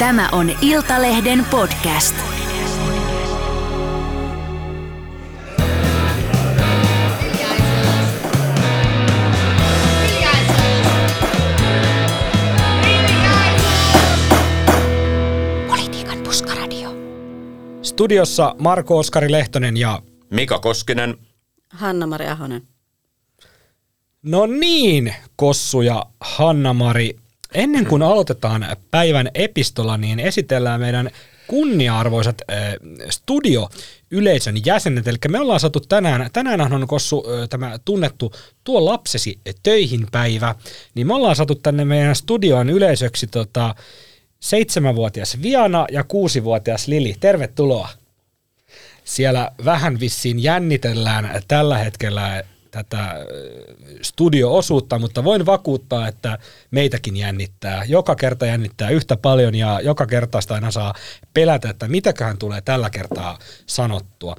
Tämä on Iltalehden podcast. Politiikan puskaradio. Studiossa Marko Oskari Lehtonen ja Mika Koskinen. Hanna-Mari Ahonen. No niin, Kossu ja Hanna-Mari. Ennen kuin aloitetaan päivän epistola, niin esitellään meidän kunnia-arvoisat studio-yleisön jäsenet. Eli me ollaan saatu tänään on Kossu tämä tunnettu Tuo lapsesi töihin päivä, niin me ollaan saatu tänne meidän studioon yleisöksi 7-vuotias Viana ja 6-vuotias Lili. Tervetuloa. Siellä vähän vissiin jännitellään tällä hetkellä tätä studio-osuutta, mutta voin vakuuttaa, että meitäkin jännittää. Joka kerta jännittää yhtä paljon ja joka kerta sitä aina saa pelätä, että mitäköhän tulee tällä kertaa sanottua.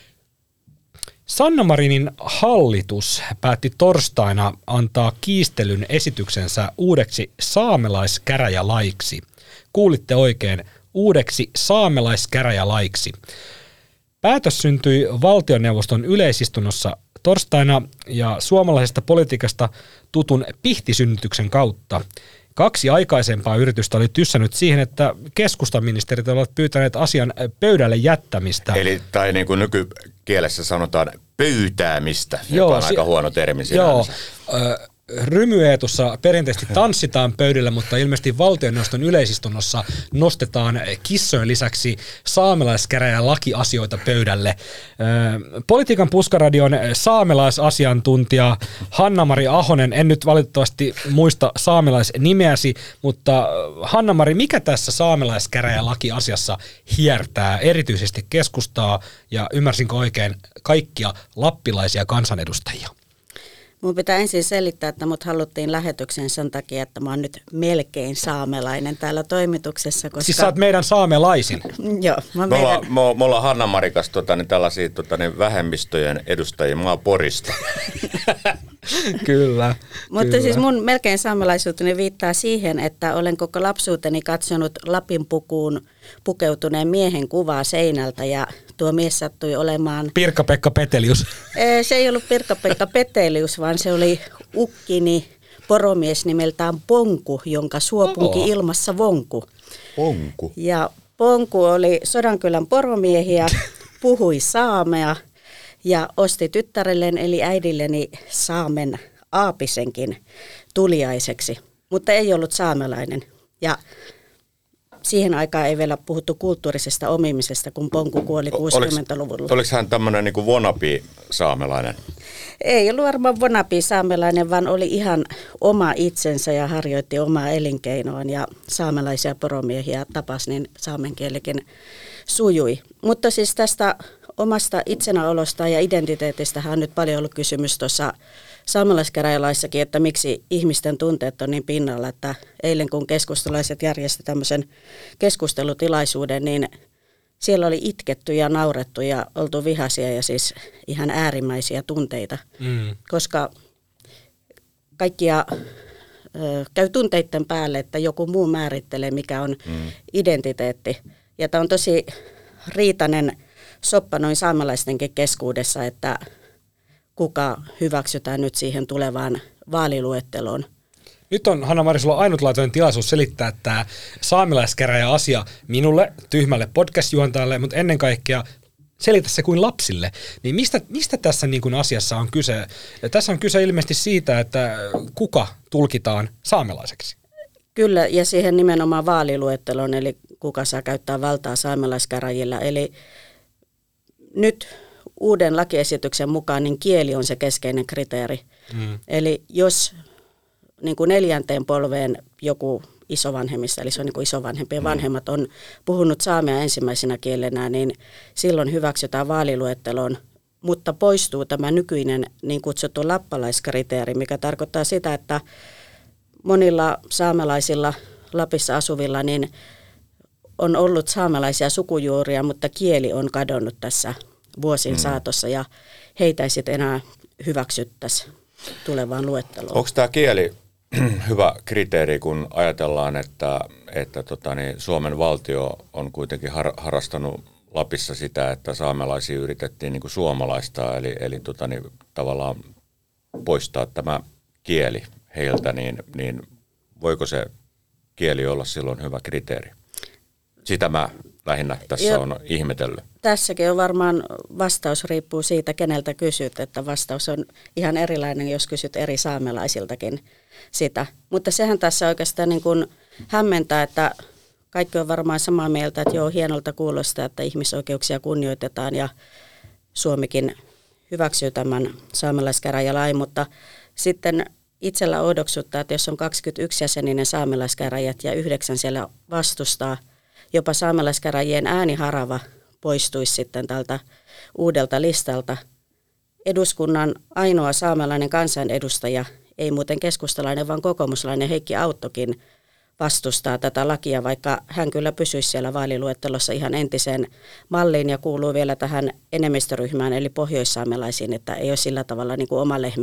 Sanna Marinin hallitus päätti torstaina antaa kiistelyn esityksensä uudeksi saamelaiskäräjälaiksi. Kuulitte oikein, uudeksi saamelaiskäräjälaiksi. Päätös syntyi valtioneuvoston yleisistunnossa torstaina ja suomalaisesta politiikasta tutun pihtisynnytyksen kautta. 2 aikaisempaa yritystä oli tyssännyt siihen, että keskustaministerit ovat pyytäneet asian pöydälle jättämistä. Eli tai niin kuin nykykielessä sanotaan pyytäämistä, joka on aika huono termi sinänsä. Rymyeetussa perinteisesti tanssitaan pöydällä, mutta ilmeisesti valtioneuvoston yleisistunnossa nostetaan kissojen lisäksi saamelaiskäräjän lakiasioita pöydälle. Politiikan puskaradion saamelaisasiantuntija Hanna-Mari Ahonen, en nyt valitettavasti muista saamelaisnimeäsi, mutta Hanna-Mari, mikä tässä saamelaiskäräjän lakiasiassa hiertää erityisesti keskustaa ja ymmärsinkö oikein kaikkia lappilaisia kansanedustajia? Mun pitää ensin selittää, että mut haluttiin lähetykseen sen takia, että mä oon nyt melkein saamelainen täällä toimituksessa. Koska... Siis sä oot meidän saamelaisin. Joo. Me ollaan Hanna-Mari kanssa tällaisia vähemmistöjen edustajia. Mä oon Porista. Kyllä. Mutta siis mun melkein saamelaisuuteni viittaa siihen, että olen koko lapsuuteni katsonut Lapin pukuun pukeutuneen miehen kuvaa seinältä ja tuo mies sattui olemaan... Pirkka-Pekka Petelius. Se ei ollut Pirkka-Pekka Petelius, vaan se oli ukkini poromies nimeltään Ponku, jonka suopunki ilmassa vonku. Ponku. Ja Ponku oli Sodankylän poromiehiä, puhui saamea ja osti tyttärelleen eli äidilleni saamen aapisenkin tuliaiseksi, mutta ei ollut saamelainen. Ja siihen aikaan ei vielä puhuttu kulttuurisesta omimisesta, kun Ponku kuoli 60-luvulla. Oliko hän tämmöinen niin kuin wannabe-saamelainen? Ei ollut varmaan wannabe-saamelainen, vaan oli ihan oma itsensä ja harjoitti omaa elinkeinoaan ja saamelaisia poromiehiä tapasi, niin saamen kielikin sujui. Mutta siis tästä omasta itsenäolosta ja identiteetistähän on nyt paljon ollut kysymys tuossa saamelaiskäräjälaissakin, että miksi ihmisten tunteet on niin pinnalla, että eilen kun keskustalaiset järjestivät tämmöisen keskustelutilaisuuden, niin siellä oli itketty ja naurettu ja oltu vihaisia ja siis ihan äärimmäisiä tunteita, koska kaikkia käy tunteiden päälle, että joku muu määrittelee, mikä on identiteetti. Ja tämä on tosi riitainen soppa noin saamelaistenkin keskuudessa, että kuka hyväksytään nyt siihen tulevaan vaaliluetteloon. Nyt on, Hanna-Mari, sulla ainutlaatuinen tilaisuus selittää tämä saamelaiskäräjä-asia minulle, tyhmälle podcast-juontajalle, mutta ennen kaikkea selitä se kuin lapsille. Niin mistä tässä niin kuin asiassa on kyse? Ja tässä on kyse ilmeisesti siitä, että kuka tulkitaan saamelaiseksi. Kyllä, ja siihen nimenomaan vaaliluetteloon, eli kuka saa käyttää valtaa saamelaiskäräjillä. Eli nyt uuden lakiesityksen mukaan niin kieli on se keskeinen kriteeri. Eli jos niin kuin 4. polveen joku isovanhemmista, eli se on niin kuin isovanhempien vanhemmat, on puhunut saamea ensimmäisenä kielenä, niin silloin hyväksytään vaaliluetteloon, mutta poistuu tämä nykyinen niin kutsuttu lappalaiskriteeri, mikä tarkoittaa sitä, että monilla saamelaisilla Lapissa asuvilla niin on ollut saamelaisia sukujuuria, mutta kieli on kadonnut tässä vuosien saatossa ja heitä ei sitten enää hyväksyttäisi tulevaan luetteloon. Onko tämä kieli hyvä kriteeri, kun ajatellaan, että Suomen valtio on kuitenkin harrastanut Lapissa sitä, että saamelaisia yritettiin niin kuin suomalaistaa, eli tavallaan poistaa tämä kieli heiltä, niin voiko se kieli olla silloin hyvä kriteeri? Sitä mä lähinnä tässä on ihmetellyt. Tässäkin on varmaan vastaus riippuu siitä, keneltä kysyt, että vastaus on ihan erilainen, jos kysyt eri saamelaisiltakin sitä. Mutta sehän tässä oikeastaan niin kuin hämmentää, että kaikki on varmaan samaa mieltä, että joo, hienolta kuulostaa, että ihmisoikeuksia kunnioitetaan ja Suomikin hyväksyy tämän saamelaiskäräjälain, mutta sitten itsellä odoksuttaa, että jos on 21-jäseninen saamelaiskäräjät ja 9 siellä vastustaa, jopa saamelaiskäräjien ääniharava poistuisi sitten tältä uudelta listalta. Eduskunnan ainoa saamelainen kansanedustaja, ei muuten keskustalainen, vaan kokoomuslainen Heikki Auttokin vastustaa tätä lakia, vaikka hän kyllä pysyisi siellä vaaliluettelossa ihan entiseen malliin ja kuuluu vielä tähän enemmistöryhmään, eli pohjoissaamelaisiin, että ei ole sillä tavalla niin kuin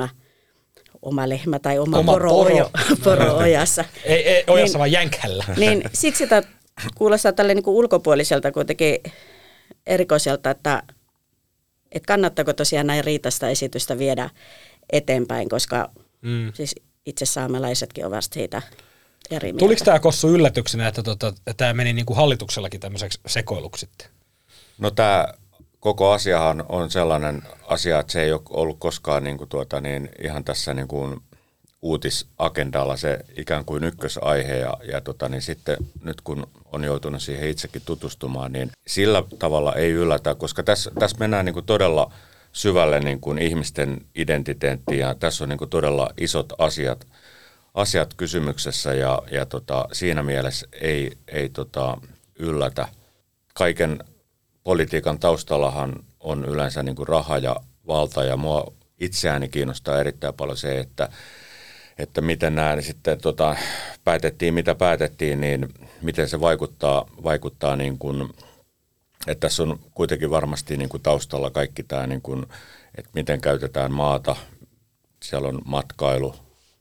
oma lehmä tai oma poro ojassa. Ei ojassa, vaan jänkällä. Niin siksi sitä kuulostaa tälle niin kuin ulkopuoliselta kuitenkin erikoiselta, että kannattaako tosiaan näin riitaista esitystä viedä eteenpäin, koska siis itse saamelaisetkin ovat siitä eri mieltä. Tuliko tämä Kossu yllätyksenä, että tämä meni niin kuin hallituksellakin tämmöiseksi sekoiluksi sitten? No tämä koko asiahan on sellainen asia, että se ei ole ollut koskaan niin kuin ihan tässä niin kuin uutisagendalla se ikään kuin ykkösaihe ja sitten nyt kun on joutunut siihen itsekin tutustumaan, niin sillä tavalla ei yllätä, koska tässä mennään niin kuin todella syvälle niin kuin ihmisten identiteettiin ja tässä on niin kuin todella isot asiat kysymyksessä ja siinä mielessä ei yllätä. Kaiken politiikan taustallahan on yleensä niin kuin raha ja valta ja mua itseäni kiinnostaa erittäin paljon se, että miten nämä sitten päätettiin, mitä päätettiin, niin miten se vaikuttaa niin kuin, että tässä on kuitenkin varmasti niin kuin taustalla kaikki tämä, niin kuin, että miten käytetään maata, siellä on matkailu,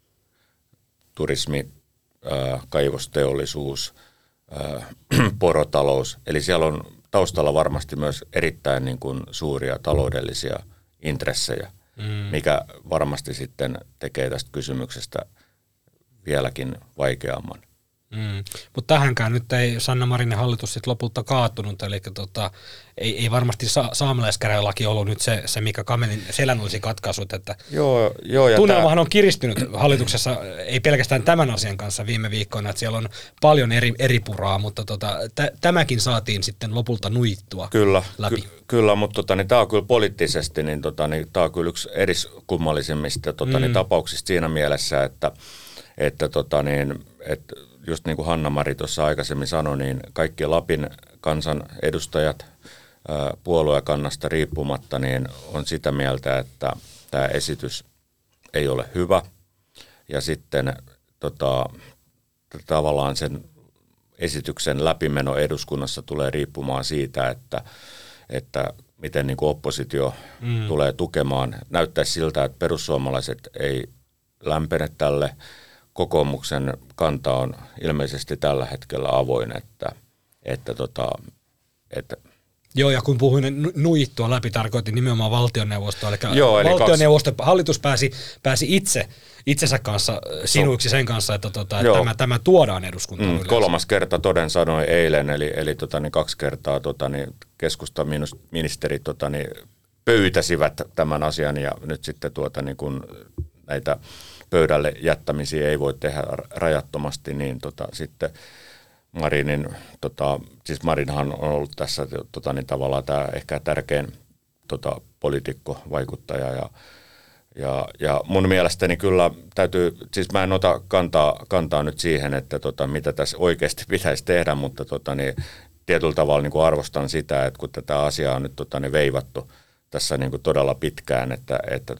turismi, kaivosteollisuus, porotalous, eli siellä on taustalla varmasti myös erittäin niin kuin suuria taloudellisia intressejä, mikä varmasti sitten tekee tästä kysymyksestä vieläkin vaikeamman. Mutta tähänkään nyt ei Sanna Marinin hallitus sitten lopulta kaatunut, eli ei varmasti saamelaiskäräjälaki ollut nyt se mikä kamelin selän olisi katkaisut, että Joo, tunnelmahan on kiristynyt hallituksessa, ei pelkästään tämän asian kanssa viime viikkoina, että siellä on paljon eri puraa, mutta tämäkin saatiin sitten lopulta nuittua läpi. Kyllä, mutta tämä on kyllä poliittisesti, niin tämä on kyllä yksi eriskummallisimmista tapauksista siinä mielessä, että just niin kuin Hanna-Mari tuossa aikaisemmin sanoi, niin kaikki Lapin kansan edustajat puoluekannasta riippumatta niin on sitä mieltä, että tämä esitys ei ole hyvä. Ja sitten tavallaan sen esityksen läpimeno eduskunnassa tulee riippumaan siitä, että miten niin kuin oppositio tulee tukemaan. Näyttäisi siltä, että perussuomalaiset ei lämpene tälle. Kokoomuksen kanta on ilmeisesti tällä hetkellä avoin, että Joo, ja kun puhuin nuittua läpi, tarkoitin nimenomaan valtioneuvostoa, eli hallitus pääsi itsensä kanssa sinuiksi sen kanssa, että tämä tuodaan eduskuntaan. 3. kerta toden sanoi eilen, eli 2 kertaa keskustaministerit pöytäsivät tämän asian, ja nyt sitten kun näitä pöydälle jättämisiä ei voi tehdä rajattomasti, niin sitten Marinin, siis Marinhan on ollut tässä tavallaan tämä ehkä tärkein poliitikko, vaikuttaja ja mun mielestäni kyllä täytyy, siis mä en ota kantaa nyt siihen, että mitä tässä oikeasti pitäisi tehdä, mutta tietyllä tavalla niin kuin arvostan sitä, että kun tätä asiaa on nyt veivattu tässä niin kuin todella pitkään, että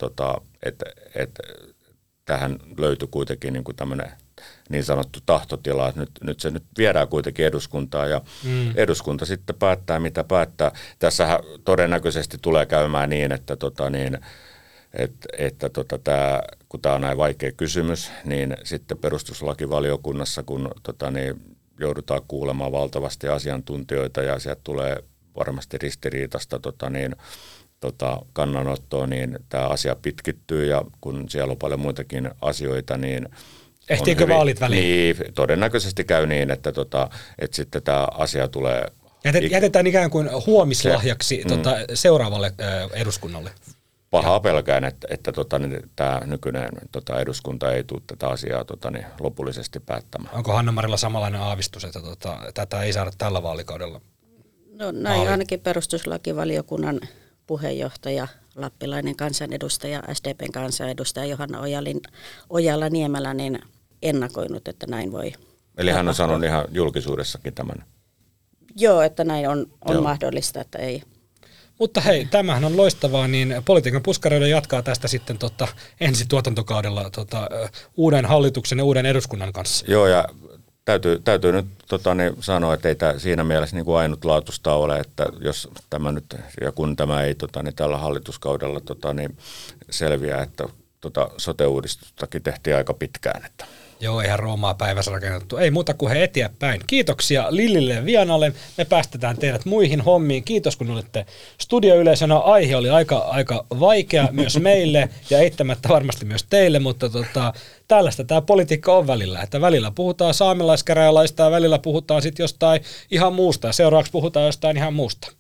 tähän löytyi kuitenkin niin kuin tämmöinen niin sanottu tahtotila, että nyt se viedään kuitenkin eduskuntaan ja eduskunta sitten päättää, mitä päättää. Tässähän todennäköisesti tulee käymään niin, että että kun tämä on näin vaikea kysymys, niin sitten perustuslakivaliokunnassa, kun joudutaan kuulemaan valtavasti asiantuntijoita ja sieltä tulee varmasti ristiriitasta kannanottoa, niin tämä asia pitkittyy ja kun siellä on paljon muitakin asioita, niin ehtiikö vaalit väliin? Niin, todennäköisesti käy niin, että sitten tämä asia tulee... Jätetään ikään kuin huomislahjaksi seuraavalle eduskunnalle. Pahaa pelkään, että tämä nykyinen eduskunta ei tule tätä asiaa lopullisesti päättämään. Onko Hanna-Marilla samanlainen aavistus, että tätä ei saada tällä vaalikaudella? No näin ainakin perustuslakivaliokunnan puheenjohtaja, lappilainen kansanedustaja, SDPn kansanedustaja Johanna Ojala-Niemelä niin ennakoinut, että näin voi. Eli hän on sanonut ihan julkisuudessakin tämän. Joo, että näin on mahdollista, että ei. Mutta hei, tämähän on loistavaa, niin Politiikan puskareita jatkaa tästä sitten ensi tuotantokaudella uuden hallituksen ja uuden eduskunnan kanssa. Joo, ja täytyy nyt sanoa, että ei tämä siinä mielessä niin kuin ainutlaatuista ole, että jos tämä nyt, ja kun tämä ei tällä hallituskaudella selviää, että sote-uudistustakin tehtiin aika pitkään. Että. Joo, eihän Roomaa päivässä rakennettu. Ei muuta kuin he eteenpäin. Kiitoksia Lillille ja Vianalle. Me päästetään teidät muihin hommiin. Kiitos, kun olitte studioyleisönä. Aihe oli aika vaikea myös meille ja eittämättä varmasti myös teille, mutta tällaista tämä politiikka on välillä. Että välillä puhutaan saamelaiskäräjälaista ja välillä puhutaan sitten jostain ihan muusta ja seuraavaksi puhutaan jostain ihan muusta.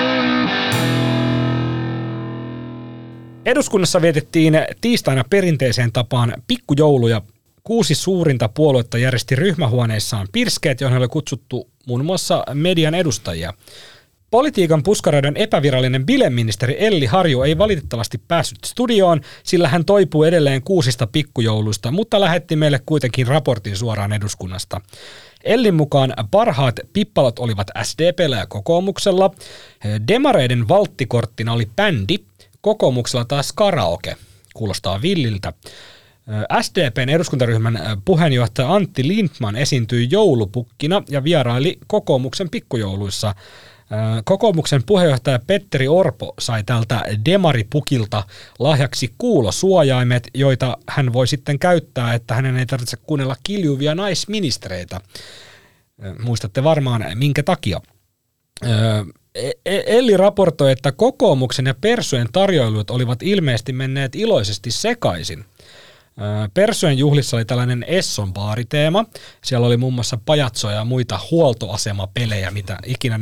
Eduskunnassa vietettiin tiistaina perinteiseen tapaan pikkujouluja. 6 suurinta puoluetta järjesti ryhmähuoneissaan pirskeet, joihin oli kutsuttu muun muassa median edustajia. Politiikan puskareiden epävirallinen bileministeri Elli Harju ei valitettavasti päässyt studioon, sillä hän toipuu edelleen 6 pikkujouluista, mutta lähetti meille kuitenkin raportin suoraan eduskunnasta. Ellin mukaan parhaat pippalot olivat SDP:llä ja kokoomuksella, demareiden valttikorttina oli bändi, kokoomuksella taas karaoke, kuulostaa villiltä. SDPn eduskuntaryhmän puheenjohtaja Antti Lindtman esiintyi joulupukkina ja vieraili kokoomuksen pikkujouluissa. Kokoomuksen puheenjohtaja Petteri Orpo sai tältä demaripukilta lahjaksi kuulosuojaimet, joita hän voi sitten käyttää, että hänen ei tarvitse kuunnella kiljuvia naisministereitä. Muistatte varmaan minkä takia. Elli raportoi, että kokoomuksen ja persujen tarjoilut olivat ilmeisesti menneet iloisesti sekaisin. Persujen juhlissa oli tällainen Esson baariteema. Siellä oli muun muassa pajatsoja ja muita huoltoasemapelejä, mitä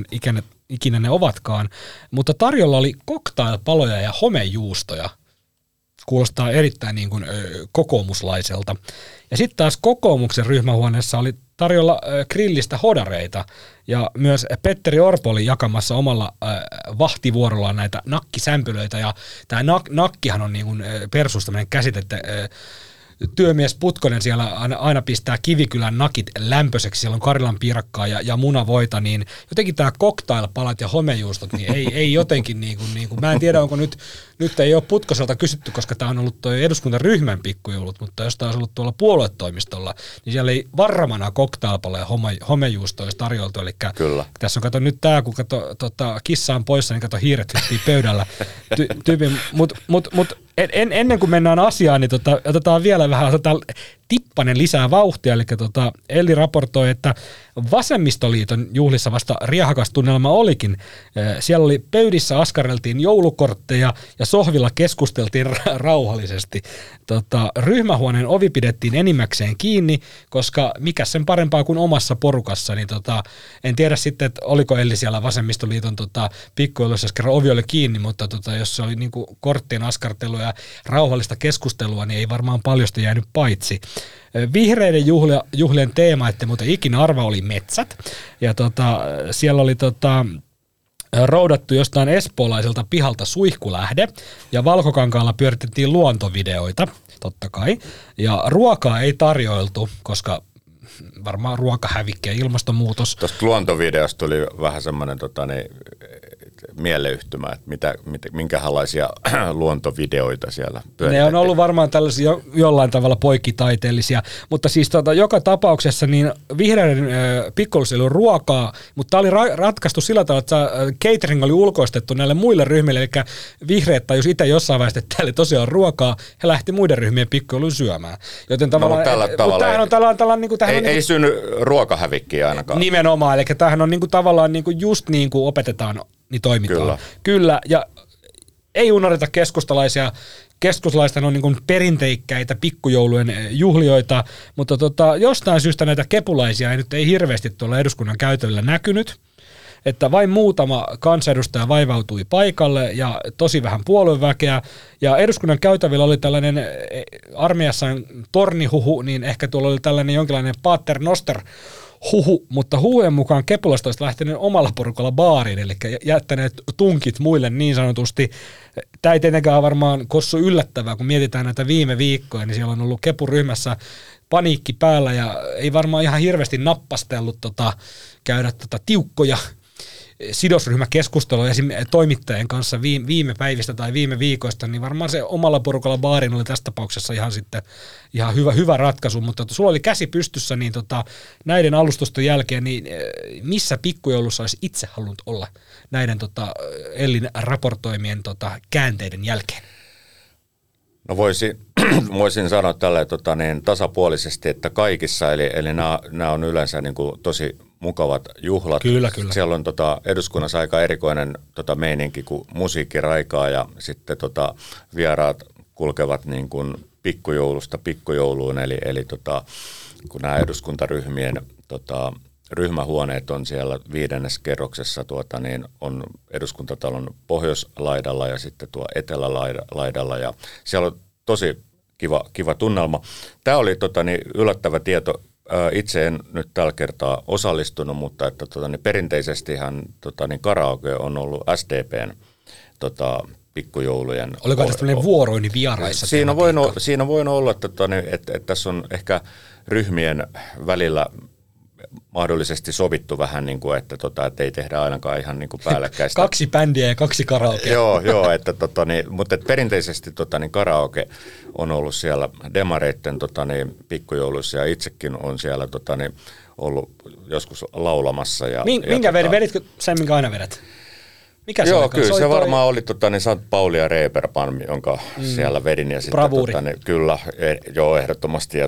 ikinä ne ovatkaan. Mutta tarjolla oli cocktailpaloja ja homejuustoja. Kuulostaa erittäin niin kuin kokoomuslaiselta. Ja sitten taas kokoomuksen ryhmähuoneessa oli tarjolla grillistä hodareita. Ja myös Petteri Orpo oli jakamassa omalla vahtivuorollaan näitä nakkisämpylöitä. Ja tämä nakkihan on niin kuin persuus tämmöinen käsite, että työmies Putkonen siellä aina pistää Kivikylän nakit lämpöiseksi, siellä on Karilan piirakkaa ja munavoita, niin jotenkin tämä cocktailpalat ja homejuustot, niin ei jotenkin niin kuin, mä en tiedä, onko nyt ei ole Putkoselta kysytty, koska tämä on ollut tuo eduskuntaryhmän pikkujoulut, mutta jos tämä olisi ollut tuolla puoluetoimistolla, niin siellä ei varmana cocktailpaloja ja homejuustoja olisi tarjoltu, eli kyllä. Tässä on, kato nyt tämä, kun kissa on poissa, niin kato hiiret hyppii pöydällä tyypin, mutta ennen kuin mennään asiaan, niin otetaan vielä vähän tippanen lisää vauhtia, eli Elli raportoi, että Vasemmistoliiton juhlissa vasta riehakas tunnelma olikin. Siellä oli pöydissä askareltiin joulukortteja ja sohvilla keskusteltiin rauhallisesti. Ryhmähuoneen ovi pidettiin enimmäkseen kiinni, koska mikä sen parempaa kuin omassa porukassa, niin en tiedä sitten, että oliko Elli siellä Vasemmistoliiton pikkujouluissa, jos kerran ovi oli kiinni, mutta jos se oli niinku korttien askartelua ja rauhallista keskustelua, niin ei varmaan paljosta jäänyt paitsi. Vihreiden juhlien teema, että muuten ikinä arva, oli metsät. Ja siellä oli roudattu jostain espoolaiselta pihalta suihkulähde, ja Valkokankaalla pyöritettiin luontovideoita, totta kai. Ja ruokaa ei tarjoiltu, koska varmaan ruokahävikki ja ilmastonmuutos. Tuosta luontovideosta tuli vähän semmoinen mieleyhtymä, että minkälaisia luontovideoita siellä pyöritettiin? Ne on ollut varmaan tällaisia jollain tavalla poikkitaiteellisia, mutta siis joka tapauksessa niin vihreiden pikkujoulussa ei ollut ruokaa, mutta tämä oli ratkaistu sillä tavalla, että catering oli ulkoistettu näille muille ryhmille, eli vihreät tajus itse jossain vaiheessa, että täällä tosiaan on ruokaa, he lähti muiden ryhmien pikkujoulun syömään. Joten tavallaan, ei synny ruokahävikkiä ainakaan. Nimenomaan, eli tämähän on tavallaan just niin kuin opetetaan, niin toimitaan. Kyllä, ja ei unohdeta keskustalaisia. Keskustalaiset on niin kuin perinteikkäitä pikkujoulujen juhlioita, mutta jostain syystä näitä kepulaisia ei hirveästi tuolla eduskunnan käytävillä näkynyt. Että vain muutama kansanedustaja vaivautui paikalle ja tosi vähän puolueväkeä. Ja eduskunnan käytävillä oli tällainen armeijassa tornihuhu, niin ehkä tuolla oli tällainen jonkinlainen Pater Noster huhu, mutta huhujen mukaan kepulasta olisi lähtenyt omalla porukalla baariin, eli jättäneet tunkit muille niin sanotusti. Tämä ei tietenkään varmaan kossu yllättävää, kun mietitään näitä viime viikkoja, niin siellä on ollut kepuryhmässä paniikki päällä ja ei varmaan ihan hirveästi nappastellut käydä tiukkoja sidosryhmäkeskustelua esimerkiksi toimittajien kanssa viime päivistä tai viime viikoista, niin varmaan se omalla porukalla baarin oli tässä tapauksessa ihan hyvä ratkaisu, mutta sulla oli käsi pystyssä, niin näiden alustusten jälkeen, niin missä pikkujoulussa olisi itse halunnut olla näiden Ellin raportoimien käänteiden jälkeen? No voisin sanoa tällä tasapuolisesti, että kaikissa, eli nämä on yleensä niin kuin tosi mukavat juhlat. Kyllä. Siellä on eduskunnassa aika erikoinen meininki, kun musiikki raikaa ja sitten vieraat kulkevat niin kuin pikkujoulusta pikkujouluun, eli kun nämä eduskuntaryhmien ryhmähuoneet on siellä 5. kerroksessa, niin on eduskuntatalon pohjoislaidalla ja sitten tuo etelälaidalla ja siellä on tosi kiva tunnelma. Tämä oli yllättävä tieto. Itse en nyt tällä kertaa osallistunut, mutta että perinteisestihän karaoke on ollut SDPn pikkujoulujen. Oliko tästä tämmöinen vuoroini vieraissa? Siinä voi olla, että tässä on ehkä ryhmien välillä mahdollisesti sovittu vähän, niin kuin, että ei tehdä ainakaan ihan niin kuin päällekkäistä. 2 bändiä ja 2 karaokea. Joo, mutta perinteisesti karaoke on ollut siellä demareitten pikkujouluissa ja itsekin on siellä ollut joskus laulamassa. Minkä veditkö sen, minkä aina vedät? Mikä se joo, kyllä se varmaan oli St. Pauli ja Reeperbahn, jonka siellä vedin. Ja bravuuri. Kyllä, ehdottomasti.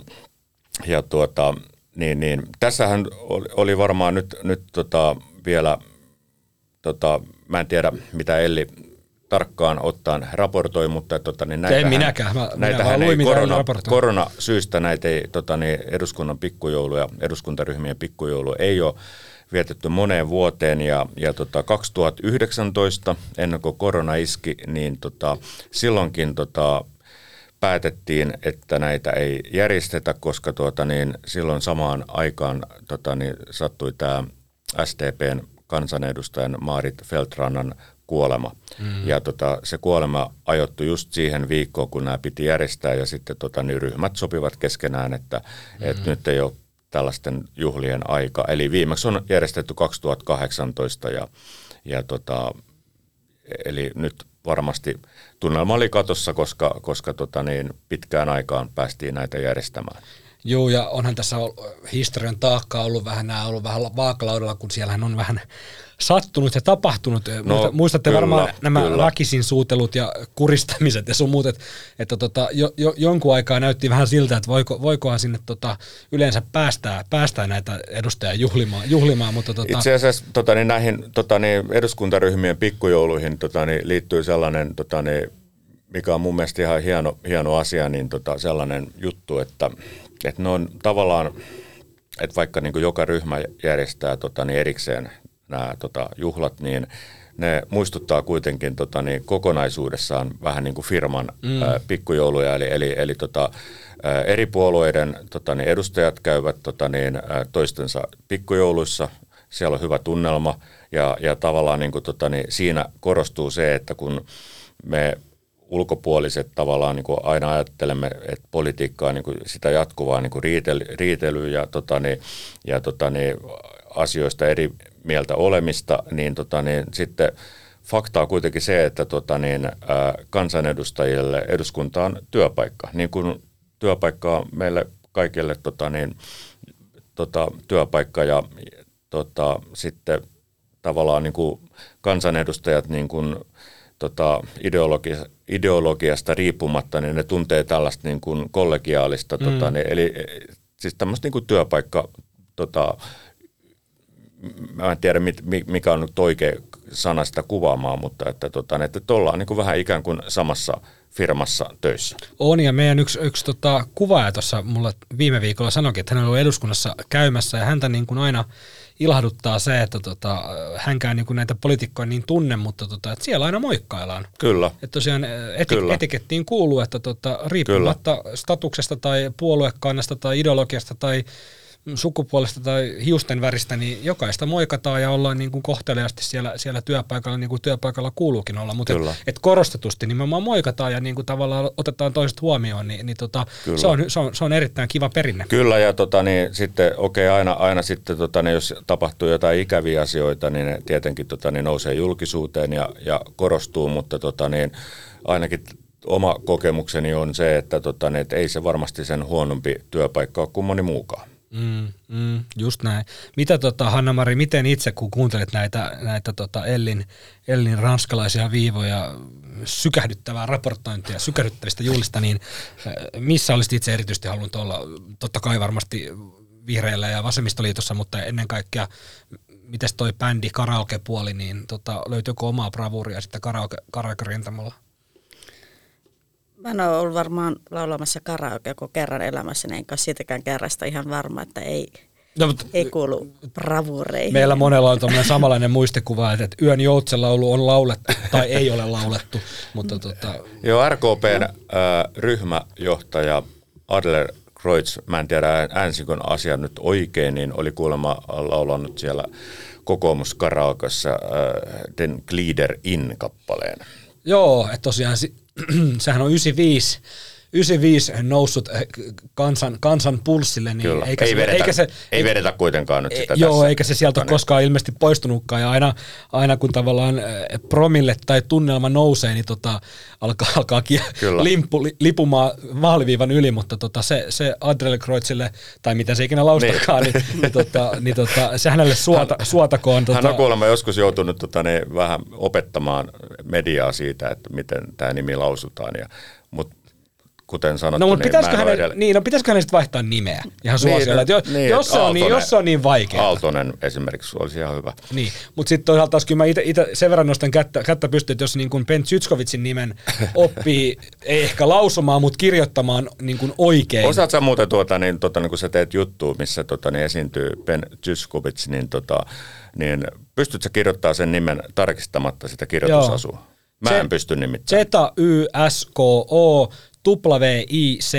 Niin. Tässähän oli varmaan nyt vielä, mä en tiedä mitä Elli tarkkaan ottaen raportoi, mutta en minäkään. Näitähän ei koronasyistä näitä ei, eduskunnan pikkujouluja, eduskuntaryhmien pikkujoulu ei ole vietetty moneen vuoteen ja 2019 ennen kuin korona iski, niin silloinkin päätettiin, että näitä ei järjestetä, koska silloin samaan aikaan sattui tämä SDPn kansanedustajan Maarit Feldt-Rannan kuolema. Ja se kuolema ajoittui just siihen viikkoon, kun nämä piti järjestää ja sitten niin ryhmät sopivat keskenään, että nyt ei ole tällaisten juhlien aika. Eli viimeksi on järjestetty 2018 eli nyt varmasti tunnelma oli katossa, koska pitkään aikaan päästiin näitä järjestämään. Joo, ja onhan tässä historian taakkaa ollut vähän vaakalaudalla, kun siellähän on vähän sattunut ja tapahtunut. Muistatte kyllä, varmaan nämä väkisin suutelut ja kuristamiset ja sun muut, että jonkun aikaa näytti vähän siltä, että voikohan sinne yleensä päästää näitä edustajia juhlimaan. Mutta itse asiassa näihin eduskuntaryhmien pikkujouluihin liittyy sellainen, mikä on mun mielestä ihan hieno asia, niin sellainen juttu, että ne on tavallaan, että vaikka niin kuin joka ryhmä järjestää erikseen nämä juhlat, niin ne muistuttaa kuitenkin kokonaisuudessaan vähän niin kuin firman pikkujouluja, eli eri puolueiden edustajat käyvät toistensa pikkujouluissa, siellä on hyvä tunnelma ja tavallaan niin kuin, siinä korostuu se, että kun me ulkopuoliset tavallaan niin kuin aina ajattelemme, että politiikka on niin kuin sitä jatkuvaa niin kuin riitelyä ja asioista eri mieltä olemista, niin sitten fakta on kuitenkin se, että kansanedustajille eduskunta on työpaikka, niin kuin työpaikka on meille kaikille työpaikka ja sitten tavallaan niin kuin kansanedustajat niin kuin, ideologiasta riippumatta, niin ne tuntee tällaista niin kuin kollegiaalista, eli siis tämmöistä niin kuin työpaikka, mä en tiedä mikä on nyt oikea sana sitä kuvaamaan, mutta että ollaan niin kuin vähän ikään kuin samassa firmassa töissä. On, ja meidän yksi kuvaaja tuossa mulle viime viikolla sanoikin, että hän on ollut eduskunnassa käymässä, ja häntä niin kuin aina ilahduttaa se, että hänkään niin kuin näitä poliitikkoja niin tunne, mutta että siellä aina moikkaillaan. Kyllä. Että tosiaan etikettiin kuuluu, että riippumatta Kyllä. statuksesta tai puoluekannasta tai ideologiasta tai sukupuolesta tai hiusten väristä, niin jokaista moikataan ja ollaan niin kuin kohteliaasti siellä työpaikalla, niin kuin työpaikalla kuuluukin olla, mutta et korostetusti nimenomaan moikataan ja niin kuin tavallaan otetaan toiset huomioon, niin se on erittäin kiva perinne. Kyllä, ja sitten aina sitten jos tapahtuu jotain ikäviä asioita, niin ne tietenkin nousee julkisuuteen ja korostuu, mutta ainakin oma kokemukseni on se, että ei se varmasti sen huonompi työpaikka ole kuin moni muukaan. Just näin. Mitä Hanna-Mari, miten itse kun kuuntelet näitä Ellin ranskalaisia viivoja, sykähdyttävää raportointia, sykähdyttävistä juhlista, niin missä olisit itse erityisesti halunnut olla? Totta kai varmasti Vihreillä ja Vasemmistoliitossa, mutta ennen kaikkea, mites toi bändi karaoke-puoli, niin löytyykö omaa bravuuria sitten karaoke-rintamalla? Mä en ole ollut varmaan laulamassa karaoke koko kerran elämässäni, enkä siitäkään kerrasta ihan varma, että ei kuulu bravureihin. Meillä monella on tämmöinen samanlainen muistikuva, että yön joutsenlaulu on laulettu tai ei ole laulettu. Mutta Joo, RKPn ryhmäjohtaja Adlercreutz, mä en tiedä äänsikö asian nyt oikein, niin oli kuulemma laulanut siellä kokoomuskaraokessa Den Glider In-kappaleen. Joo, että tosiaan sehän on 95 noussut kansan pulssille, niin Kyllä. Ei vedetä kuitenkaan nyt sitä joo, tässä. Eikä se sieltä ole koskaan ilmeisesti poistunutkaan, ja aina kun tavallaan promille tai tunnelma nousee, niin alkaa lipumaan vaaliviivan yli, mutta se Adlercreutzille, tai mitä se ikinä laustakaan, niin se hänelle suotakoon. Hän on kuulemma joskus joutunut vähän opettamaan mediaa siitä, että miten tämä nimi lausutaan, mutta kuten sanottu, pitäisikö hänen sitten vaihtaa nimeä ihan suosiolla, jos se on niin vaikeaa. Aaltonen esimerkiksi olisi ihan hyvä. Niin, mutta sitten toisaalta taas kyllä mä itse sen verran nostan kättä pystyyn, että jos niin kuin Ben Zyskowiczin nimen oppii, ei ehkä lausumaan, mutta kirjoittamaan niin kuin oikein. Osaat sä muuten kun sä teet juttua, missä esiintyy Ben Zyskowicz, niin pystytkö sä kirjoittamaan sen nimen tarkistamatta sitä kirjoitusasua? Mä en pysty nimittäin. Z-Y-S-K-O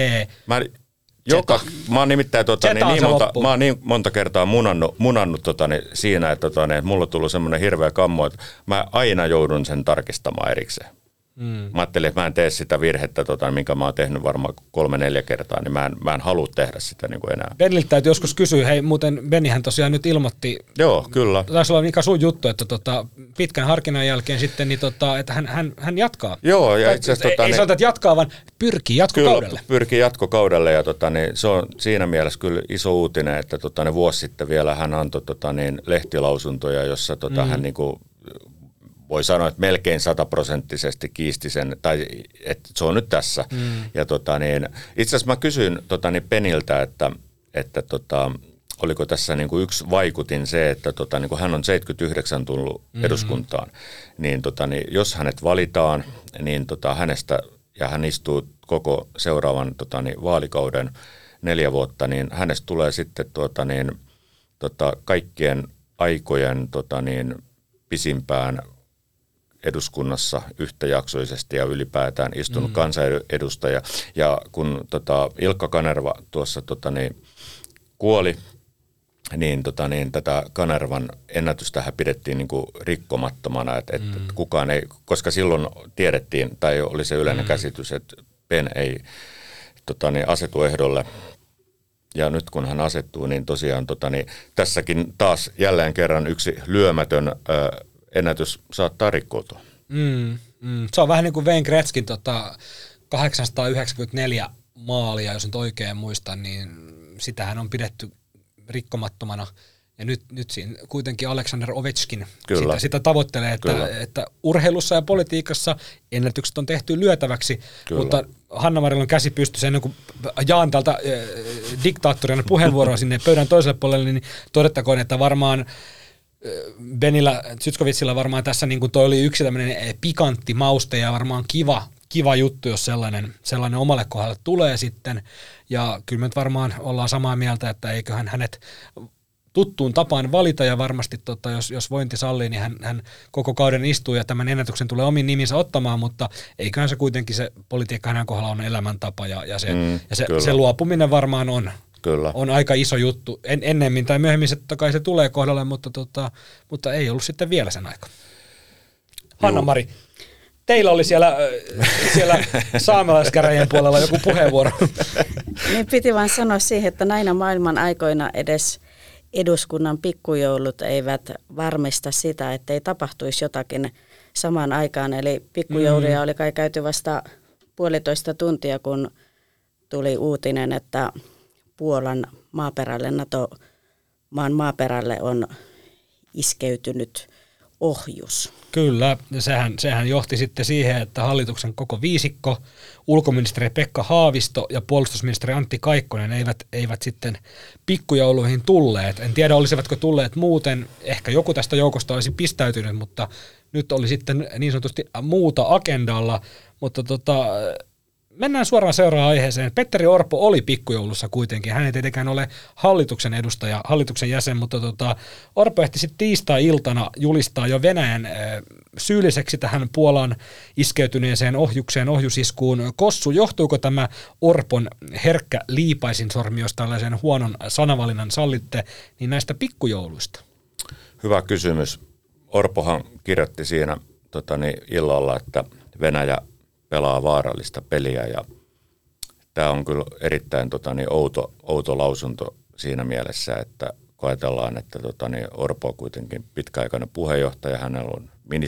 Mä oon nimittäin mä oon niin monta kertaa munannut siinä, että mulla on tullut semmoinen hirveä kammo, että mä aina joudun sen tarkistamaan erikseen. Mä ajattelin, että mä en tee sitä virhettä, minkä mä oon tehnyt varmaan 3-4 kertaa, niin mä en halua tehdä sitä niin kuin enää. Beniltä täytyy joskus kysyä, hei muuten Benihän tosiaan nyt ilmoitti. Joo, kyllä. Taisi olla mikä sun juttu, että pitkän harkinnan jälkeen sitten, niin että hän jatkaa. Joo, ja itse asiassa ei sanota, että jatkaa, vaan pyrkii jatkokaudelle. Kyllä, pyrkii jatkokaudelle, ja se on siinä mielessä kyllä iso uutinen, että vuosi sitten vielä hän antoi lehtilausuntoja, jossa hän niinku voi sanoa, että melkein 100% kiisti sen, tai että se on nyt tässä. Ja itse asiassa mä kysyin Peniltä, että oliko tässä niinku yksi vaikutin se, että niinku hän on 79 tullut eduskuntaan, niin jos hänet valitaan, niin hänestä, ja hän istuu koko seuraavan vaalikauden 4 vuotta, niin hänestä tulee sitten kaikkien aikojen pisimpään eduskunnassa yhtäjaksoisesti ja ylipäätään istunut kansanedustaja. Ja kun Ilkka Kanerva tuossa kuoli, niin tätä Kanervan ennätystähän pidettiin niinku rikkomattomana, että kukaan ei, koska silloin tiedettiin, tai oli se yleinen käsitys, että Ben ei asetu ehdolle. Ja nyt kun hän asettuu, niin tosiaan tässäkin taas jälleen kerran yksi lyömätön ennätys saattaa rikkoutua. Se on vähän niin kuin Wayne Gretzkin 894 maalia, jos nyt oikein muistan, niin sitähän on pidetty rikkomattomana. Ja nyt siinä kuitenkin Alexander Ovechkin sitä tavoittelee, että urheilussa ja politiikassa ennätykset on tehty lyötäväksi, mutta Hanna-Marilla on käsi pystyssä ennen kuin jaan tältä diktaattorina puheenvuoroa sinne pöydän toiselle puolelle, niin todettakoon, että varmaan Benillä Zyzkowicilla varmaan tässä niin kuin toi oli yksi tämmöinen pikantti mauste ja varmaan kiva juttu, jos sellainen omalle kohdalle tulee sitten. Ja kyllä me nyt varmaan ollaan samaa mieltä, että eiköhän hänet tuttuun tapaan valita ja varmasti jos vointi sallii, niin hän koko kauden istuu ja tämän ennätyksen tulee omin niminsä ottamaan, mutta eiköhän se kuitenkin se politiikka hänen kohdalla on elämäntapa ja se luopuminen varmaan on aika iso juttu. Ennemmin tai myöhemmin se totta kai se tulee kohdalle, mutta ei ollut sitten vielä sen aika. Hanna-Mari, teillä oli siellä saamelaiskäräjien puolella joku puheenvuoro. Niin piti vaan sanoa siihen, että näinä maailman aikoina edes eduskunnan pikkujoulut eivät varmista sitä, että ei tapahtuisi jotakin samaan aikaan. Eli pikkujouluja oli kai käyty vasta 1,5 tuntia, kun tuli uutinen, että Puolan maaperälle, NATO-maan maaperälle on iskeytynyt ohjus. Kyllä, ja sehän johti sitten siihen, että hallituksen koko viisikko, ulkoministeri Pekka Haavisto ja puolustusministeri Antti Kaikkonen eivät sitten pikkujouluihin tulleet. En tiedä, olisivatko tulleet muuten, ehkä joku tästä joukosta olisi pistäytynyt, mutta nyt oli sitten niin sanotusti muuta agendalla, mutta mennään suoraan seuraavaan aiheeseen. Petteri Orpo oli pikkujoulussa kuitenkin. Hän ei tietenkään ole hallituksen edustaja, hallituksen jäsen, mutta Orpo ehti sitten tiistai-iltana julistaa jo Venäjän syylliseksi tähän Puolaan iskeytyneeseen ohjusiskuun. Kossu, johtuuko tämä Orpon herkkä liipaisinsormi, jos tällaisen huonon sanavalinnan sallitte, niin näistä pikkujouluista? Hyvä kysymys. Orpohan kirjoitti siinä illalla, että Venäjä pelaa vaarallista peliä ja tämä on kyllä erittäin outo lausunto siinä mielessä, että kun ajatellaan, että Orpo on kuitenkin pitkäaikainen puheenjohtaja, hänellä on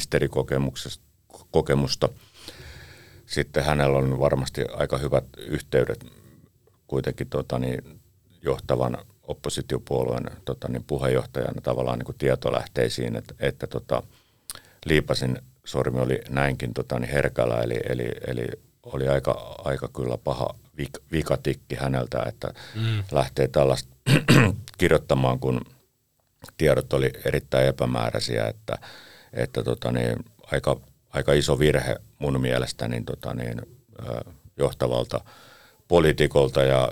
ministerikokemusta, sitten hänellä on varmasti aika hyvät yhteydet kuitenkin johtavan oppositiopuolueen puheenjohtajana tavallaan niin kuin tietolähteisiin, että Liipasin sormi oli näinkin herkällä, eli oli aika kyllä paha vikatikki häneltä, että lähtee tällaista kirjoittamaan, kun tiedot oli erittäin epämääräisiä, että aika iso virhe mun mielestä johtavalta poliitikolta ja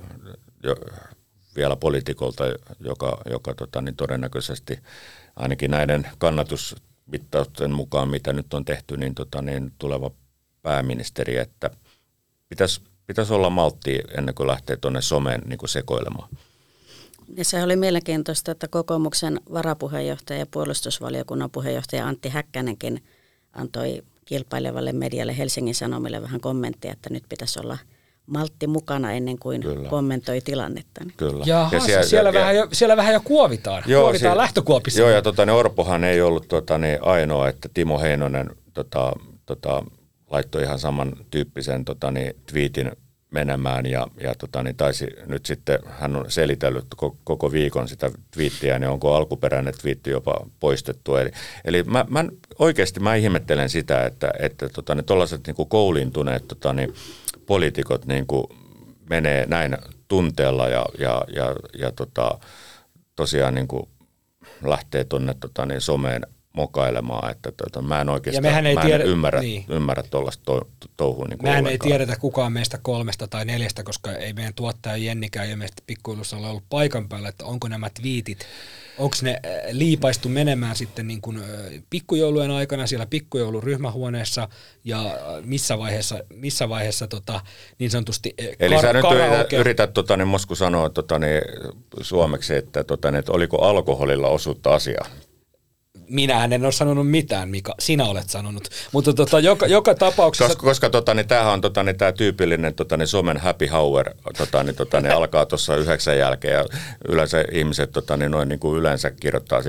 vielä poliitikolta, joka todennäköisesti ainakin näiden kannatusmittausten mukaan, mitä nyt on tehty, niin tuleva pääministeri, että pitäisi olla malttia ennen kuin lähtee tuonne someen niin kuin sekoilemaan. Ja se oli mielenkiintoista, että kokoomuksen varapuheenjohtaja ja puolustusvaliokunnan puheenjohtaja Antti Häkkänenkin antoi kilpailevalle medialle Helsingin Sanomille vähän kommenttia, että nyt pitäisi olla maltti mukana ennen kuin kommentoi tilannetta. Kyllä. Ja siellä vähän jo kuovitaan. Kuovitaan lähtökuopissa. Joo, ja Orpohan ei ollut ainoa, että Timo Heinonen laittoi ihan samantyyppisen twiitin menemään ja taisi nyt sitten, hän on selitellyt koko viikon sitä twiittiä, niin onko alkuperäinen twiitti jopa poistettu. Eli mä oikeasti ihmettelen sitä, että tuollaiset niinku kouliintuneet poliitikot niinku menee näin tunteella ja tosiaan niinku lähtee tuonne someen mokailemaan, että mä en oikeasti ymmärrä tuollaista touhua. Niin mehän ei tiedetä kukaan meistä 3 tai 4, koska ei meidän tuottaja Jennikään ilmeisesti pikkuilussa ole ollut paikan päällä, että onko nämä twiitit, onko ne liipaistu menemään sitten niin kuin pikkujoulujen aikana siellä pikkujouluryhmähuoneessa ja missä vaiheessa niin sanotusti eli sä nyt yrität Mosku sanoa suomeksi, että oliko alkoholilla osuutta asiaa? Minä en ole sanonut mitään, Mika. Sinä olet sanonut. Mutta joka tapauksessa... Koska tämähän on tämä tyypillinen somen happy hour alkaa tuossa 9 jälkeen ja yleensä ihmiset noin niin kuin yleensä kirjoittaa sinne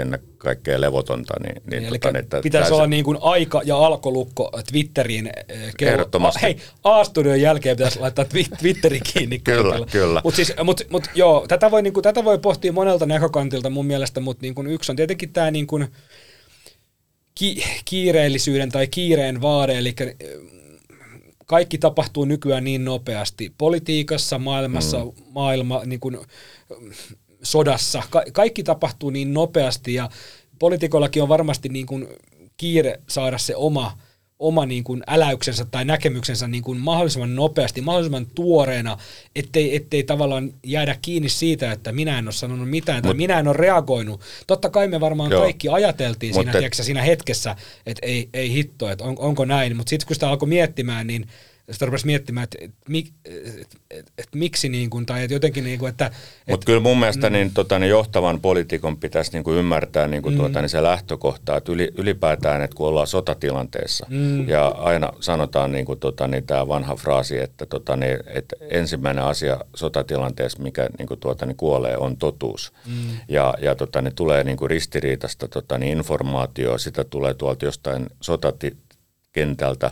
kaikkea levotonta. Eli pitäisi olla niin kuin aika- ja alkolukko Twitteriin. Ehdottomasti. Hei, A-studion jälkeen pitäisi laittaa Twitteri kiinni. Kyllä. Mutta joo, tätä voi pohtia monelta näkökantilta mun mielestä, mutta niin kuin yksi on tietenkin tämä niin kuin kiireellisyyden tai kiireen vaade, eli kaikki tapahtuu nykyään niin nopeasti. Politiikassa, maailmassa, niin kuin sodassa, kaikki tapahtuu niin nopeasti ja poliitikollakin on varmasti niin kuin kiire saada se oma niin kuin äläyksensä tai näkemyksensä niin kuin mahdollisimman nopeasti, mahdollisimman tuoreena, ettei tavallaan jäädä kiinni siitä, että minä en ole sanonut mitään tai minä en ole reagoinut. Totta kai me varmaan kaikki ajateltiin siinä hetkessä, että ei hitto, että onko näin, mutta sitten kun sitä alkoi miettimään, niin sitä rupesi miettimään, että miksi, niin kuin, tai että jotenkin, niin kuin, että... Mutta kyllä mun mielestä niin johtavan poliitikon pitäisi niin kuin ymmärtää niin kuin niin se lähtökohta, että ylipäätään, että kun ollaan sotatilanteessa, ja aina sanotaan niin kuin niin tämä vanha fraasi, että että ensimmäinen asia sotatilanteessa, mikä niin kuin kuolee, on totuus. Ja tulee niin kuin ristiriitasta informaatioa, sitä tulee tuolta jostain sotakentältä,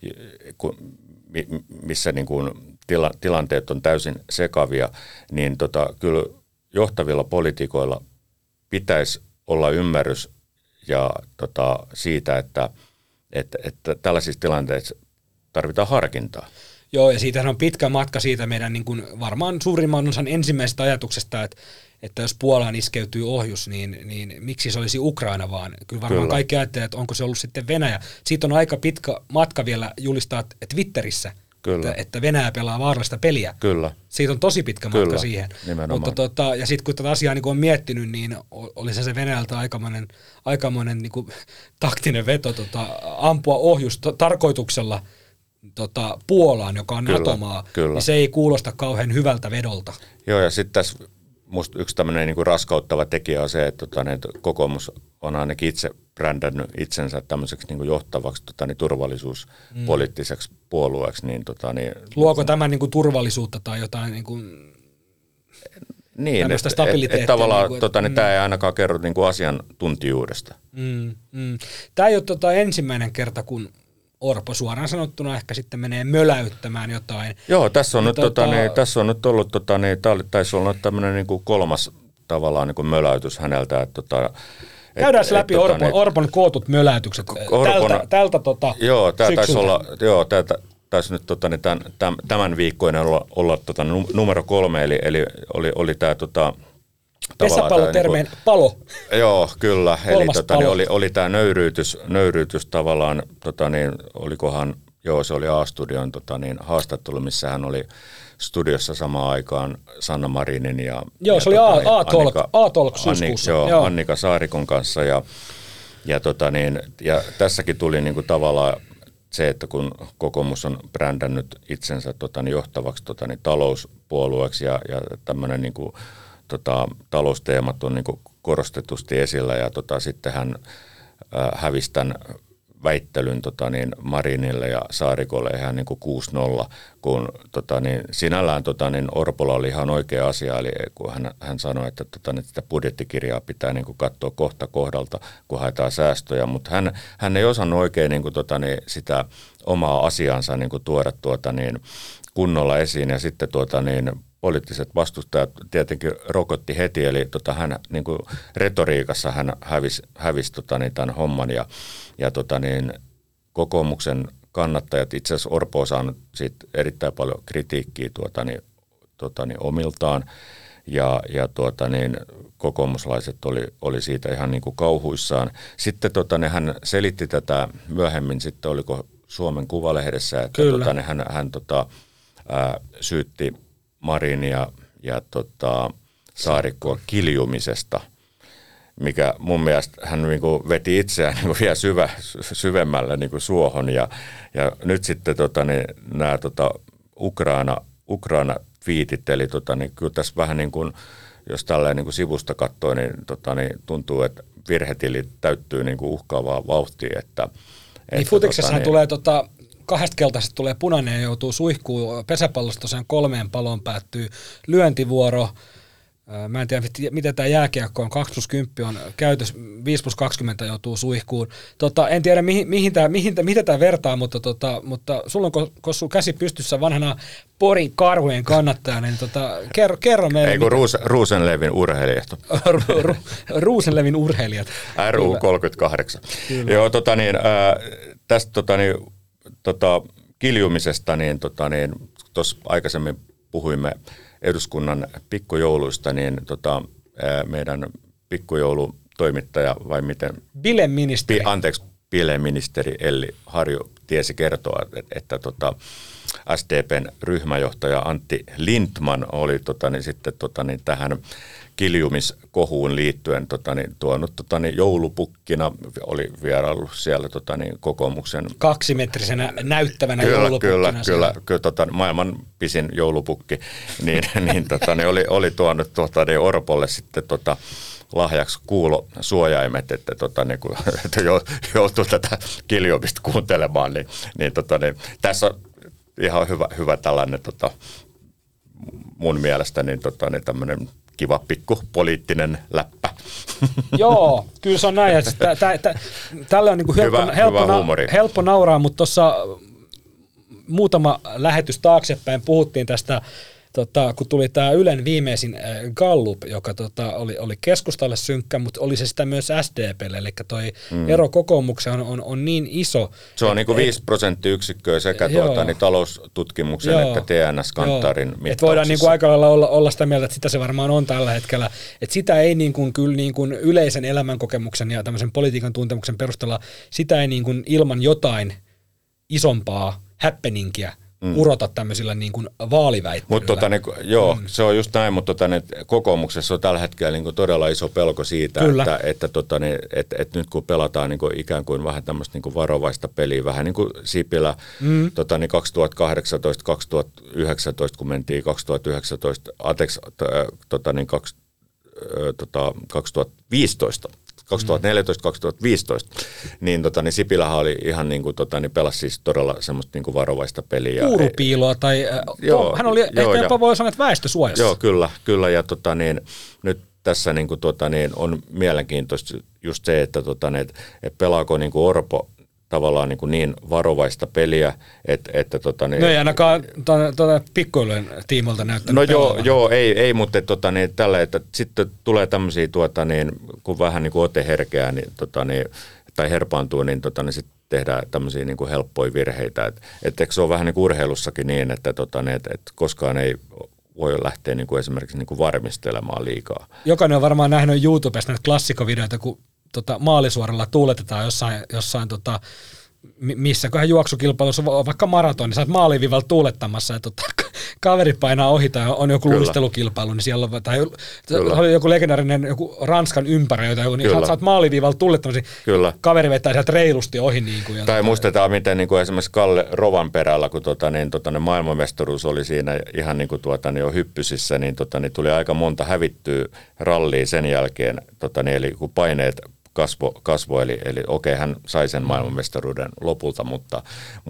missä niin kuin tilanteet on täysin sekavia, niin kyllä johtavilla poliitikoilla pitäisi olla ymmärrys ja siitä, että tällaisissa tilanteissa tarvitaan harkintaa. Joo, ja siitähän on pitkä matka siitä meidän niin kuin varmaan suurimman osan ensimmäisestä ajatuksesta, että jos Puolaan iskeytyy ohjus, niin miksi se olisi Ukraina vaan? Kyllä varmaan kaikki ajattelee, että onko se ollut sitten Venäjä. Siitä on aika pitkä matka vielä julistaa Twitterissä, että Venäjä pelaa vaarallista peliä. Kyllä. Siitä on tosi pitkä matka siihen. Nimenomaan. Mutta ja sitten kun tätä asiaa niin on miettinyt, niin oli se Venäjältä aikamoinen niin kuin taktinen veto ampua ohjus tarkoituksella Puolaan, joka on NATO-maa, niin se ei kuulosta kauhean hyvältä vedolta. Joo, ja sitten tässä musta yksi tämmöinen niin kuin raskauttava tekijä on se, että kokoomus on ainakin itse brändännyt itsensä tämmöiseksi niin kuin johtavaksi turvallisuuspoliittiseksi puolueeksi. Luoko tämä niin kuin turvallisuutta tai jotain niin kuin tämmöistä stabiliteettia? Että tavallaan tämä ei ainakaan kerro niin kuin asiantuntijuudesta. Tämä ei ole ensimmäinen kerta, kun Orpo suoraan sanottuna ehkä sitten menee möläyttämään jotain. Joo, tässä on nyt ollut, tämä taisi olla tämmöinen niin kuin kolmas tavallaan niin kuin möläytys häneltä. Käydään läpi Orpon kootut möläytykset tältä Joo, tämä taisi olla, taisi nyt tämän viikkoinen olla numero 3, eli oli tämä pesäpallotermeen palo. Joo, kyllä. Eli oli tämä nöyryytys tavallaan, olikohan, se oli A-studion haastattelu, missä hän oli studiossa samaan aikaan Sanna Marinin ja se oli A-talk syyskuussa. Annika Saarikon kanssa ja tässäkin tuli niinku tavallaan se, että kun kokoomus on brändännyt itsensä johtavaksi talouspuolueeksi ja tämmöinen niinku talousteemat on niin kuin korostetusti esillä ja sitten hän hävisi tämän väittelyn Marinille ja Saarikolle ihan niin kuin 6-0, kun sinällään Orpolla oli ihan oikea asia, eli kun hän sanoi, että sitä budjettikirjaa pitää niin kuin katsoa kohta kohdalta, kun haetaan säästöjä, mutta hän ei osannut oikein niin kuin sitä omaa asiansa niin kuin tuoda kunnolla esiin ja sitten poliittiset vastustajat tietenkin rokotti heti, eli hän niin kuin retoriikassa hän hävisi tämän homman ja kokoomuksen kannattajat, itse asiassa Orpo on saanut siitä erittäin paljon kritiikkiä omiltaan ja kokoomuslaiset oli siitä ihan niin kuin kauhuissaan. Sitten hän selitti tätä myöhemmin, sitten oliko Suomen Kuvalehdessä, että hän syytti Marinia ja Saarikkoa kiljumisesta, mikä mun mielestä hän niinku veti itseään niinku vielä syvemmälle niinku suohon. Ja nyt sitten nämä Ukraina-twiitit, eli kyllä tässä vähän niin kuin, jos tälleen niin kuin sivusta katsoo, niin tuntuu, että virhetilit täyttyy niin kuin uhkaavaa vauhtia. Niin futiksessahan tulee 2 keltaisesta tulee punainen ja joutuu suihkuun. Pesäpallossa tosiaan 3 paloon päättyy lyöntivuoro. Mä en tiedä, miten tämä jääkiekko on. 2+10 on käytös, 5+20 joutuu suihkuun. En tiedä, mitä tämä vertaa, mutta sulla on, kun sun käsi pystyssä vanhana Porin Karhujen kannattajana, niin kerro meille. Ei kun Rosenlevin urheilijat. Rosenlevin urheilijat. RU38. Joo, tästä kiljumisesta, niin tuossa aikaisemmin puhuimme eduskunnan pikkujouluista, niin meidän pikkujoulutoimittaja vai miten? Bileministeri Elli Harju tiesi kertoa, että SDPn ryhmäjohtaja Antti Lindtman oli sitten tähän kiljumiskohuun liittyen tuonut joulupukkina, oli vieraillut siellä kokoomuksen 2-metrisenä näyttävänä joulupukkina. Kyllä, maailman pisin joulupukki, niin oli tuonut Orpolle sitten lahjaksi kuulosuojaimet, että joutuu tätä kiljumista kuuntelemaan, niin tässä on ihan hyvä tällainen mun mielestä niin tämmöinen kiva pikku poliittinen läppä. Joo, kyllä se on näin. Tälle on niinku helppo nauraa, mutta tuossa muutama lähetys taaksepäin puhuttiin tästä, kun tuli tämä Ylen viimeisin Gallup, joka oli keskustalle synkkä, mutta oli se sitä myös SDPlle, eli toi ero kokoomukseen on niin iso. Se on niinku 5 prosenttiyksikköä sekä taloustutkimuksen että TNS-Kantarin mittauksessa. Että voidaan niinku aika lailla olla sitä mieltä, että sitä se varmaan on tällä hetkellä. Että sitä ei kyllä yleisen elämänkokemuksen ja tämmöisen politiikan tuntemuksen perusteella, sitä ei ilman jotain isompaa happeningia urota tämmöisillä vaaliväittelyillä. Mutta se on just näin, mutta kokoomuksessa on tällä hetkellä todella iso pelko siitä, että nyt kun pelataan ikään kuin vähän tämmöistä varovaista peliä, vähän niin kuin Sipilä 2018-2019, kun mentiin 2015, 2014-2015, niin Sipilähän oli ihan pelasi siis todella semmoista varovaista peliä. Kuurupiiloa tai hän oli ehkä jopa voi sanoa, että väestösuojassa. Joo, kyllä ja nyt tässä on mielenkiintoista just se, että pelaako Orpo tavallaan niin varovaista peliä, että No ei ainakaan pikkuilujen tiimolta näyttänyt. No ei, mutta tällä, että sitten tulee tämmöisiä kun vähän ote herkeää tai herpaantuu, niin sitten tehdään tämmöisiä helppoja virheitä. Että se on vähän urheilussakin niin, että koskaan ei voi lähteä esimerkiksi varmistelemaan liikaa. Jokainen on varmaan nähnyt YouTubesta näitä klassikovideoita, kun maalisuoralla tuuletetaan jossain missäköhän juoksukilpailussa on vaikka maratoni, sä oot maaliviivalla tuulettamassa ja kaveri painaa ohi tai on joku luistelukilpailu, niin siellä on, tai oli joku legendaarinen joku Ranskan ympäröitä, niin sä oot maaliviivalla tuulettamassa, niin kaveri vetää sieltä reilusti ohi. Tai muistetaan, miten esimerkiksi Kalle Rovanperällä, kun maailmanmestaruus oli siinä ihan jo hyppysissä, niin tuli aika monta hävittyä rallia sen jälkeen, eli kun paineet kasvo eli okei, hän sai sen maailmanmestaruuden lopulta, mutta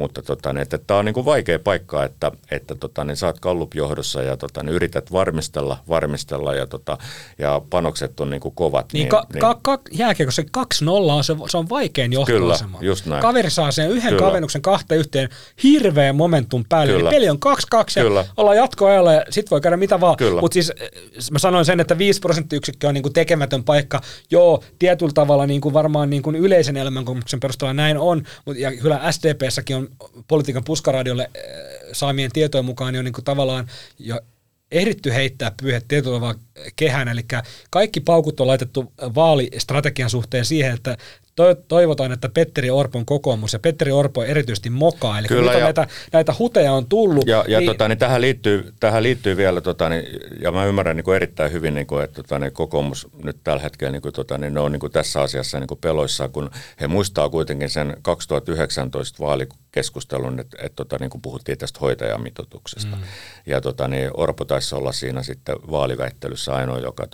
tämä on vaikea paikka, että sä oot Gallup-johdossa ja yrität varmistella ja panokset on kovat. Jääkiekossa se 2-0 se on vaikein johtoasema. Kyllä, just näin. Kaveri saa sen yhden kavennuksen 2-1 hirveä momentum päälle. Eli peli on 2-2 ja ollaan jatkoajalla ja sit voi käydä mitä vaan. Mutta siis mä sanoin sen, että 5 prosenttiyksikköä on tekemätön paikka. Joo, tietyllä tavalla varmaan yleisen elämänkokemuksen perusteella näin on, ja kyllä SDP:ssäkin on politiikan puskaradiolle saamien tietojen mukaan jo tavallaan jo ehditty heittää pyyhet tietyllä tavalla kehään, eli kaikki paukut on laitettu vaalistrategian suhteen siihen, että toivotaan, että Petteri Orpon kokoomus ja Petteri Orpo erityisesti mokaa, eli kyllä, nyt on näitä huteja on tullut. Niin tähän liittyy vielä, ja mä ymmärrän erittäin hyvin, että kokoomus nyt tällä hetkellä ne on tässä asiassa peloissaan, kun he muistaa kuitenkin sen 2019 vaalikeskustelun, että puhuttiin tästä hoitajamitoituksesta. Ja Orpo taisi olla siinä sitten vaaliväittelyssä ainoa, joka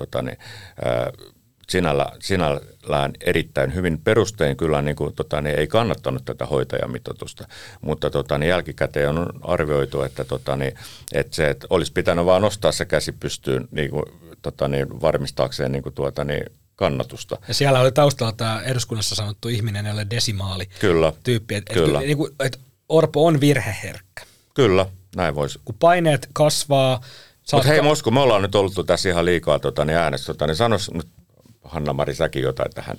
sinällään erittäin hyvin perustein kyllä ei kannattanut tätä hoitajamitoitusta, mutta jälkikäteen on arvioitu, että se, että olisi pitänyt vaan nostaa se käsi pystyyn varmistaakseen niin kuin kannatusta. Ja siellä oli taustalla tämä eduskunnassa sanottu ihminen, jolle desimaali tyyppi. Kyllä. Et Orpo on virheherkkä. Kyllä, näin voisi. Kun paineet kasvaa. Mutta hei Mosko, me ollaan nyt ollut tässä ihan liikaa äänessä. Sanois nyt Hanna-Mari säkin jotain tähän.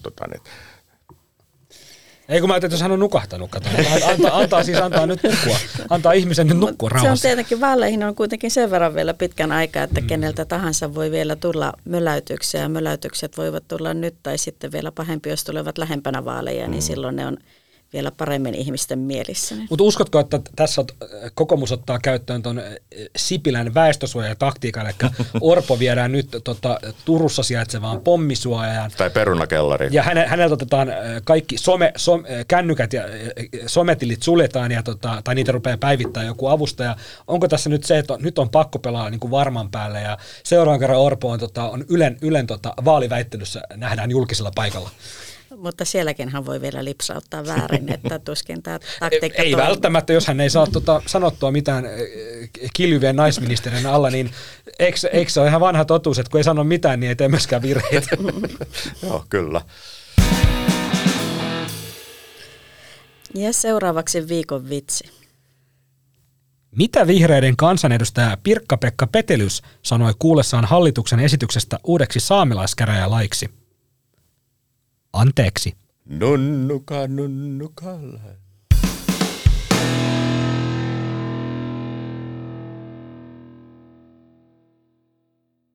Ei kun mä ajattelin, että jos hän on nukahtanut, antaa nyt nukkua. Antaa ihmisen nyt nukkua rauhassa. Se on tietenkin, vaaleihin on kuitenkin sen verran vielä pitkän aikaa, että keneltä tahansa voi vielä tulla möläytyksiä. Ja möläytykset voivat tulla nyt tai sitten vielä pahempi, jos tulevat lähempänä vaaleja, niin silloin ne on vielä paremmin ihmisten mielissä. Mutta uskotko, että tässä kokoomus ottaa käyttöön tuon Sipilän väestösuojataktiikan, eli Orpo viedään nyt Turussa sijaitsevaan pommisuojaan. Tai perunakellariin. Ja häneltä otetaan kaikki kännykät ja sometilit suljetaan, tai niitä rupeaa päivittämään joku avustaja. Onko tässä nyt se, että nyt on pakko pelaa niin kuin varman päälle, ja seuraavan kerran Orpo on Ylen vaaliväittelyssä nähdään julkisella paikalla? Mutta sielläkin hän voi vielä lipsauttaa väärin, että tuskin tämä taktiikka ei välttämättä, jos hän ei saa sanottua mitään kiljuvien naisministerin alla, niin eikö se ole ihan vanha totuus, että kun ei sano mitään, niin ei tee myöskään virheitä? Joo, kyllä. Ja seuraavaksi viikon vitsi. Mitä vihreiden kansanedustaja Pirkka-Pekka Petelys sanoi kuullessaan hallituksen esityksestä uudeksi saamelaiskäräjälaiksi? Anteeksi. Nunnuka.